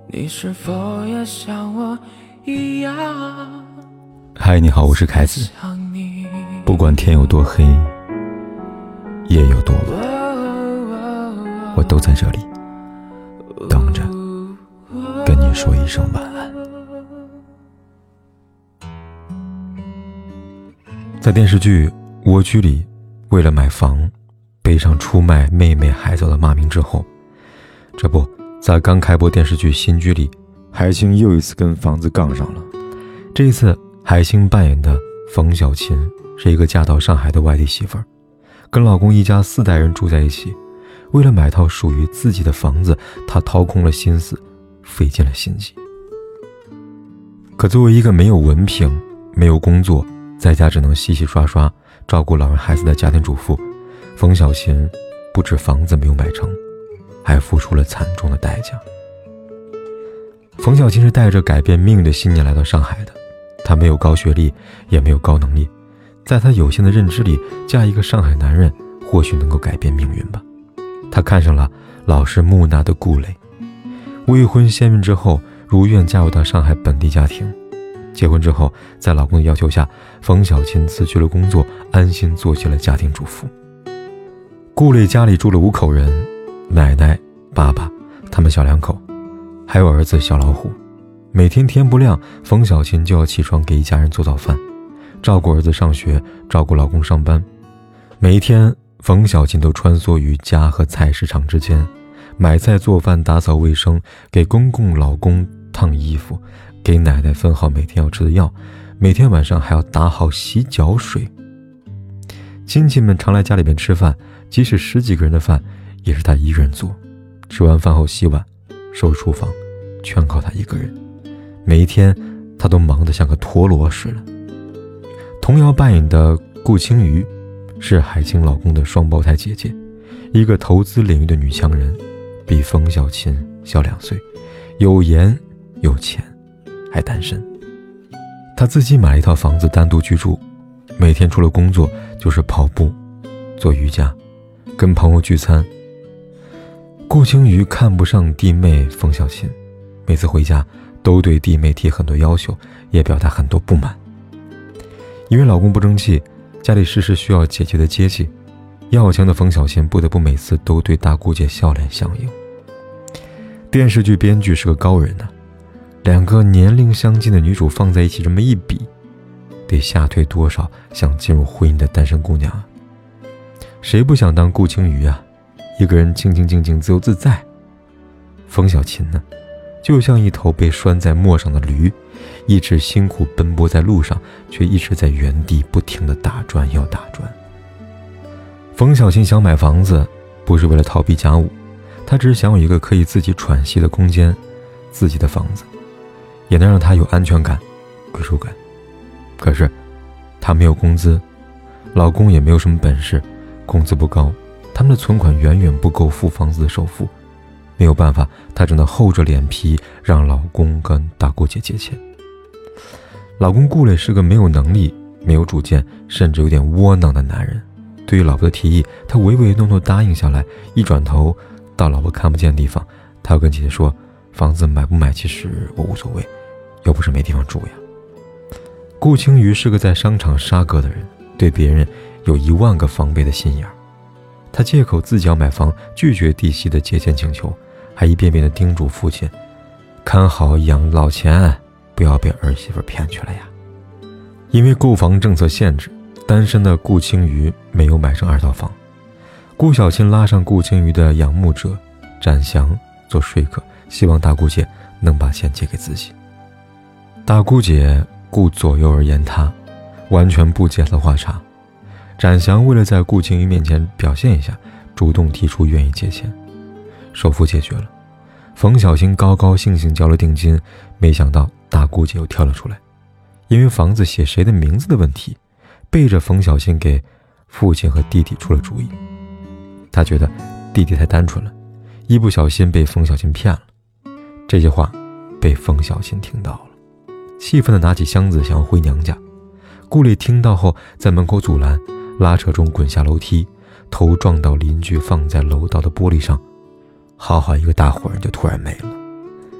你是否也像我一样？ 嗨，你好，我是凯子。不管天有多黑，夜有多晚，我都在这里等着跟你说一声晚安。在电视剧《蜗居》里，为了买房背上出卖妹妹海藻的骂名之后，这不在刚开播电视剧《新居》里，海清又一次跟房子杠上了。这一次海清扮演的冯小琴是一个嫁到上海的外地媳妇儿，跟老公一家4代人住在一起。为了买套属于自己的房子，她掏空了心思，费尽了心机。可作为一个没有文凭、没有工作，在家只能洗洗刷刷照顾老人孩子的家庭主妇，冯小琴不止房子没有买成，还付出了惨重的代价。冯小琴是带着改变命运的信念来到上海的，她没有高学历，也没有高能力，在她有限的认知里，嫁一个上海男人或许能够改变命运吧。她看上了老实木讷的顾磊，未婚先孕之后如愿加入到上海本地家庭。结婚之后，在老公的要求下，冯小琴辞去了工作，安心做起了家庭主妇。顾磊家里住了5口人，奶奶、爸爸，他们小2口，还有儿子小老虎。每天天不亮，冯小琴就要起床给一家人做早饭，照顾儿子上学，照顾老公上班。每一天，冯小琴都穿梭于家和菜市场之间，买菜做饭，打扫卫生，给公公老公烫衣服，给奶奶分好每天要吃的药，每天晚上还要打好洗脚水。亲戚们常来家里边吃饭，即使10几个人的饭也是他一个人做，吃完饭后洗碗收厨房全靠他一个人。每一天他都忙得像个陀螺似的。童瑶扮演的顾青瑜是海清老公的双胞胎姐姐，一个投资领域的女强人，比冯小琴小2岁，有颜有钱还单身。她自己买了一套房子单独居住，每天除了工作就是跑步、做瑜伽、跟朋友聚餐。顾青瑜看不上弟妹冯小琴，每次回家都对弟妹提很多要求，也表达很多不满。因为老公不争气，家里事事需要姐姐的接济，要强的冯小琴不得不每次都对大姑姐笑脸相迎。电视剧编剧是个高人啊，2个年龄相近的女主放在一起这么一比，得吓退多少想进入婚姻的单身姑娘啊！谁不想当顾青瑜啊？一个人清清静静自由自在。冯小琴呢，就像一头被拴在磨上的驴，一直辛苦奔波在路上，却一直在原地不停地打转又打转。冯小琴想买房子，不是为了逃避家务，她只是想有一个可以自己喘息的空间，自己的房子，也能让她有安全感、归属感。可是她没有工资，老公也没有什么本事，工资不高，他们的存款远远不够付房子的首付。没有办法，她只能厚着脸皮让老公跟大姑姐借钱。老公顾磊是个没有能力、没有主见，甚至有点窝囊的男人。对于老婆的提议，他唯唯诺诺答应下来，一转头到老婆看不见的地方，他要跟姐姐说，房子买不买其实我无所谓，又不是没地方住呀。顾青瑜是个在商场杀割的人，对别人有10000个防备的心眼。他借口自己要买房，拒绝弟媳的借钱请求，还一遍遍地叮嘱父亲看好养老钱，不要被儿媳妇骗去了呀。因为购房政策限制，单身的顾青瑜没有买上2套房。顾小琴拉上顾青瑜的仰慕者展翔做说客，希望大姑姐能把钱借给自己。大姑姐顾左右而言他，完全不接他的话茬。展翔为了在顾青瑜面前表现一下，主动提出愿意借钱，首付解决了。冯小琴高高兴兴交了定金，没想到大姑姐又跳了出来，因为房子写谁的名字的问题，背着冯小琴给父亲和弟弟出了主意。他觉得弟弟太单纯了，一不小心被冯小琴骗了。这些话被冯小琴听到了，气愤地拿起箱子想要回娘家。顾磊听到后在门口阻拦，拉扯中滚下楼梯，头撞到邻居放在楼道的玻璃上，好一个大活人就突然没了。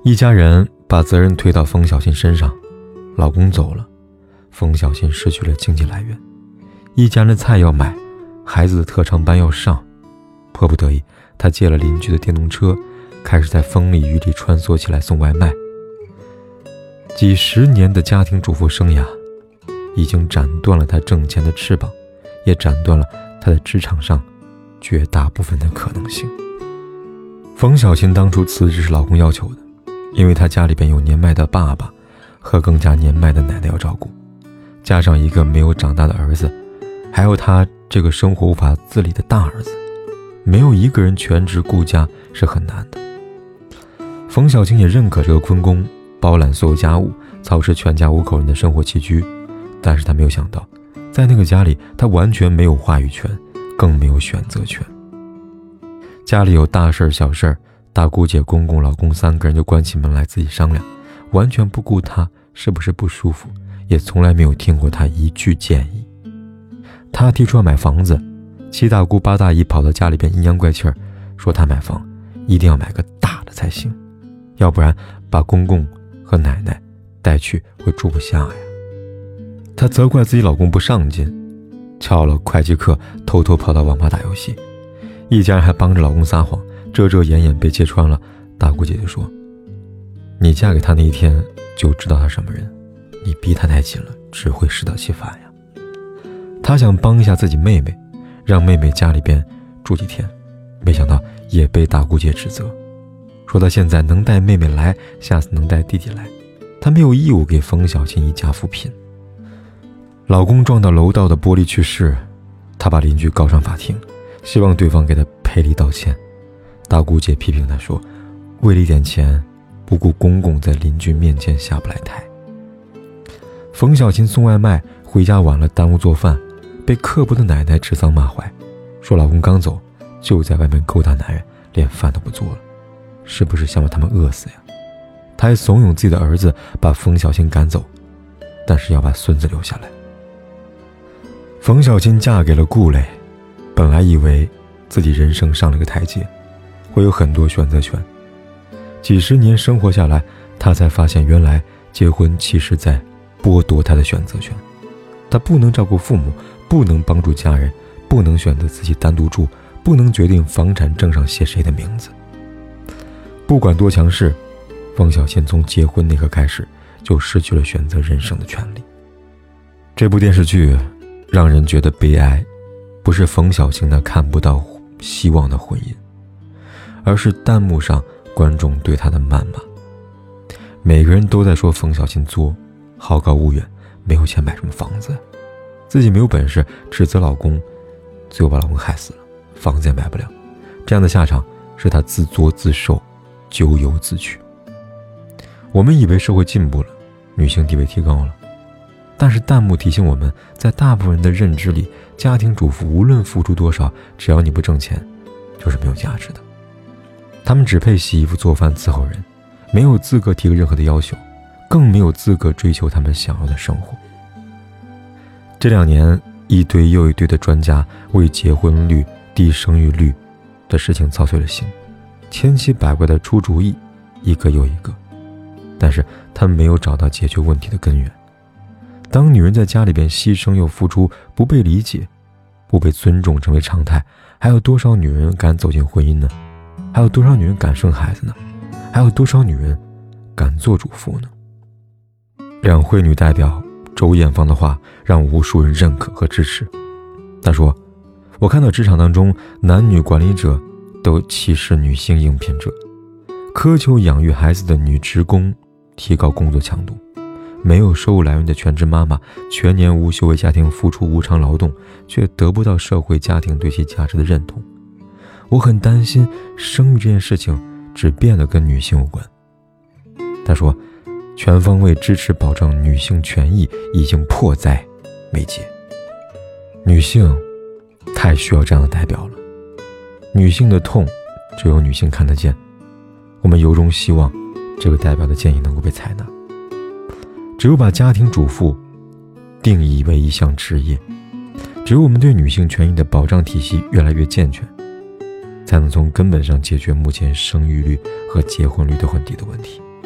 一家人把责任推到冯小琴身上，老公走了，冯小琴失去了经济来源，一家人的菜要买，孩子的特长班要上，迫不得已，她借了邻居的电动车，开始在风里雨里穿梭起来送外卖。几十年的家庭主妇生涯，已经斩断了她挣钱的翅膀，也斩断了她在职场上绝大部分的可能性。冯小琴当初辞职是老公要求的，因为她家里边有年迈的爸爸和更加年迈的奶奶要照顾，加上一个没有长大的儿子，还有她这个生活无法自理的大儿子，没有一个人全职顾家是很难的。冯小琴也认可这个坤工包揽所有家务，操持全家5口人的生活起居，但是她没有想到，在那个家里，她完全没有话语权，更没有选择权。家里有大事小事，大姑姐、公公、老公3个人就关起门来自己商量，完全不顾她是不是不舒服，也从来没有听过她一句建议。她提出要买房子，7大姑8大姨跑到家里边阴阳怪气儿，说她买房一定要买个大的才行，要不然把公公和奶奶带去会住不下呀。她责怪自己老公不上进，翘了会计课，偷偷跑到网吧打游戏，一家人还帮着老公撒谎，遮遮掩掩被揭穿了。大姑姐姐说，你嫁给他那一天就知道他什么人，你逼他太紧了，只会适得其反呀。她想帮一下自己妹妹，让妹妹家里边住几天，没想到也被大姑姐指责，说她现在能带妹妹来，下次能带弟弟来，她没有义务给冯小琴一家扶贫。老公撞到楼道的玻璃去世，她把邻居告上法庭，希望对方给她赔礼道歉。大姑姐批评她说，为了一点钱，不顾公公在邻居面前下不来台。冯小琴送外卖回家晚了，耽误做饭，被刻薄的奶奶指桑骂槐，说老公刚走就在外面勾搭男人，连饭都不做了，是不是想把他们饿死呀？她还怂恿自己的儿子把冯小琴赶走，但是要把孙子留下来。冯小琴嫁给了顾磊，本来以为自己人生上了个台阶，会有很多选择权。几十年生活下来，她才发现原来结婚其实在剥夺她的选择权。她不能照顾父母，不能帮助家人，不能选择自己单独住，不能决定房产证上写谁的名字。不管多强势，冯小琴从结婚那刻开始就失去了选择人生的权利。这部电视剧让人觉得悲哀，不是冯小琴那看不到希望的婚姻，而是弹幕上观众对她的谩骂。每个人都在说冯小琴作，好高骛远，没有钱买什么房子，自己没有本事，指责老公，最后把老公害死了，房子也买不了。这样的下场是她自作自受，咎由自取。我们以为社会进步了，女性地位提高了，但是弹幕提醒我们，在大部分人的认知里，家庭主妇无论付出多少，只要你不挣钱，就是没有价值的。他们只配洗衣服做饭伺候人，没有资格提任何的要求，更没有资格追求他们想要的生活。这2年，一堆又一堆的专家为结婚率、低生育率的事情操碎了心，千奇百怪的出主意，一个又一个，但是他们没有找到解决问题的根源。当女人在家里边牺牲又付出，不被理解，不被尊重成为常态，还有多少女人敢走进婚姻呢？还有多少女人敢生孩子呢？还有多少女人敢做主妇呢？两会女代表周艳芳的话让无数人认可和支持。她说，我看到职场当中男女管理者都歧视女性应聘者，苛求养育孩子的女职工提高工作强度，没有收入来源的全职妈妈全年无休为家庭付出无偿劳动，却得不到社会家庭对其价值的认同。我很担心生育这件事情只变得跟女性有关。他说，全方位支持保障女性权益已经迫在眉睫。女性太需要这样的代表了，女性的痛只有女性看得见。我们由衷希望这个代表的建议能够被采纳。只有把家庭主妇定义为一项职业，只有我们对女性权益的保障体系越来越健全，才能从根本上解决目前生育率和结婚率都很低的问题。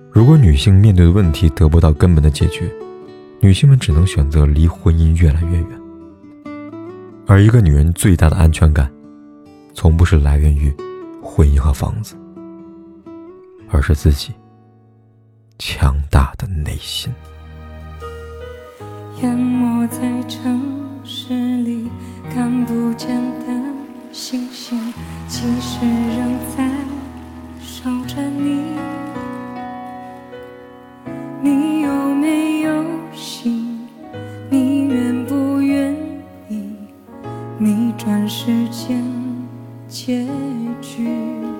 如果女性面对的问题得不到根本的解决，女性们只能选择离婚姻越来越远。而一个女人最大的安全感，从不是来源于婚姻和房子，而是自己强大的内心。 淹没在城市里看不见的星星，其实仍在守着你。你有没有心？你愿不愿意逆转时间结局？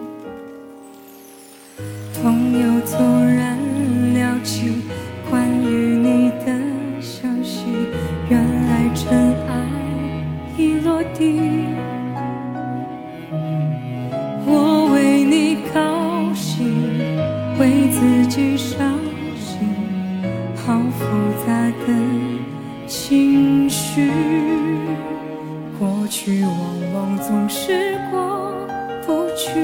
朋友突然聊起关于你的消息，原来尘埃已落地。我为你高兴，为自己伤心，好复杂的情绪。过去往往总是过不去，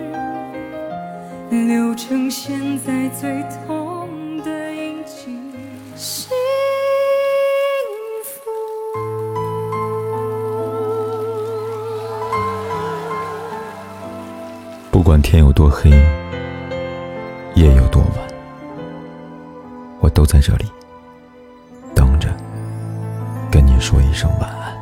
留成现在最痛的印记。幸福不管天有多黑，夜有多晚，我都在这里等着跟你说一声晚安。